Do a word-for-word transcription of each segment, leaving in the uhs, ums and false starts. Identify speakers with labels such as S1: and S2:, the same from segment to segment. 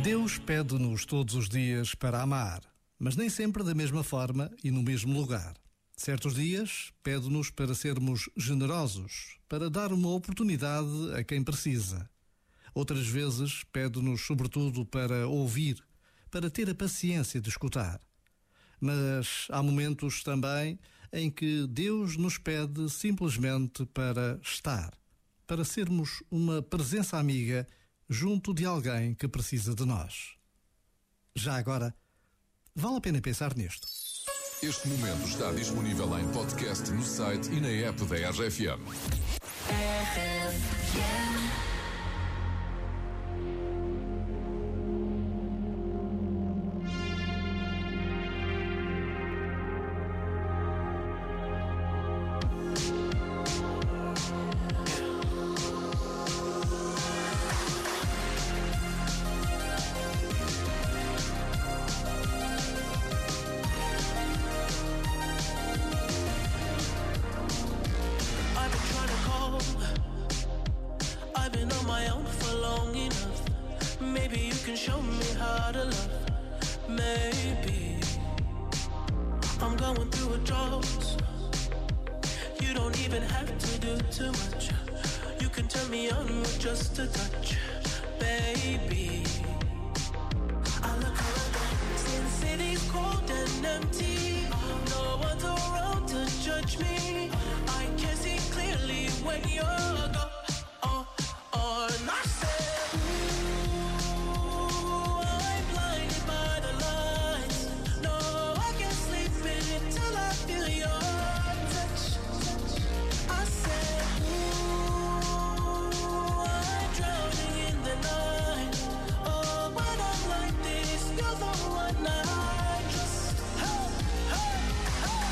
S1: Deus pede-nos todos os dias para amar, mas nem sempre da mesma forma e no mesmo lugar. Certos dias pede-nos para sermos generosos, para dar uma oportunidade a quem precisa. Outras vezes pede-nos sobretudo para ouvir, para ter a paciência de escutar. Mas há momentos também em que Deus nos pede simplesmente para estar, para sermos uma presença amiga junto de alguém que precisa de nós. Já agora, vale a pena pensar nisto.
S2: Este momento está disponível em podcast no site e na app da R F M.
S3: R F M.
S4: I've been on my own for long enough. Maybe you can show me how to love. Maybe I'm going through a drought. You don't even have to do too much. You can turn me on with just a touch, baby. I look around, since city's cold and empty. No one's around to judge me. I can see clearly when you're gone. And I said, ooh, I'm blinded by the lights. No, I can't sleep until I feel your touch. I said, ooh, I'm drowning in the night. Oh, when I'm like this, you're the one I trust. Hey, hey, hey.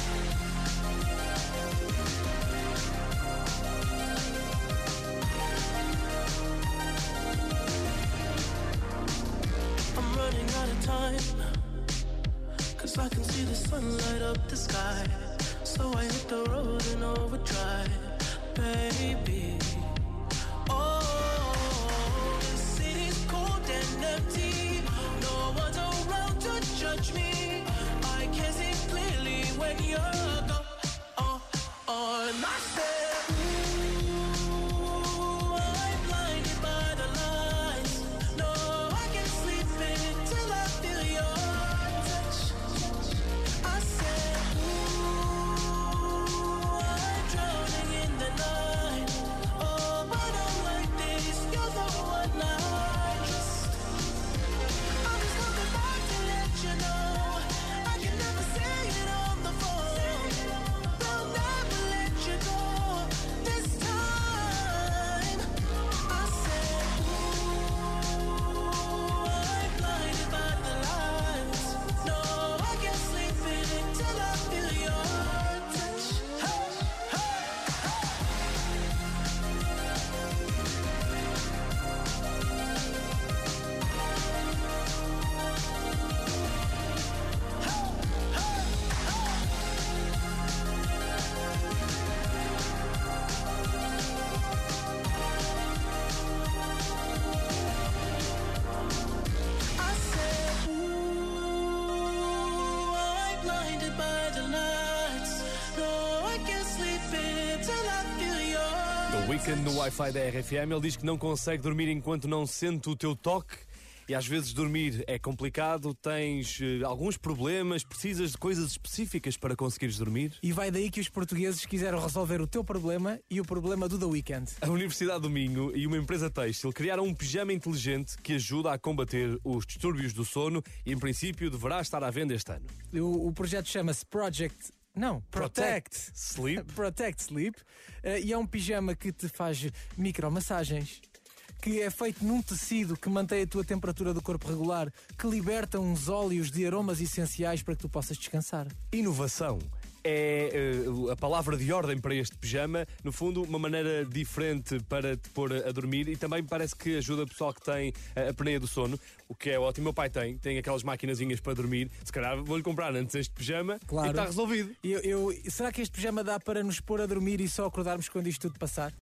S4: Running out of time, cause I can see the sun light up the sky. So I hit the road in overdrive, baby. Oh, the city's cold and empty. No one's around to judge me. I can see clearly when you're gone. Oh, oh, and I said,
S5: The Weeknd no Wi-Fi da R F M. Ele diz que não consegue dormir enquanto não sente o teu toque. E às vezes dormir é complicado, tens uh, alguns problemas, precisas de coisas específicas para conseguires dormir.
S6: E vai daí que os portugueses quiseram resolver o teu problema e o problema do The Weeknd.
S5: A Universidade do Minho e uma empresa têxtil criaram um pijama inteligente que ajuda a combater os distúrbios do sono e, em princípio, deverá estar à venda este ano.
S6: O, o projeto chama-se Project... Não, Protect,
S5: Protect Sleep.
S6: Protect Sleep. Uh, e é um pijama que te faz micromassagens, que é feito num tecido que mantém a tua temperatura do corpo regular, que liberta uns óleos de aromas essenciais para que tu possas descansar.
S5: Inovação é uh, a palavra de ordem para este pijama. No fundo, uma maneira diferente para te pôr a dormir, e também parece que ajuda o pessoal que tem a apneia do sono, o que é ótimo. Meu pai tem, tem aquelas maquinazinhas para dormir. Se calhar vou-lhe comprar antes este pijama,
S6: claro.
S5: E está resolvido.
S6: Eu, eu, será que este pijama dá para nos pôr a dormir e só acordarmos quando isto tudo passar?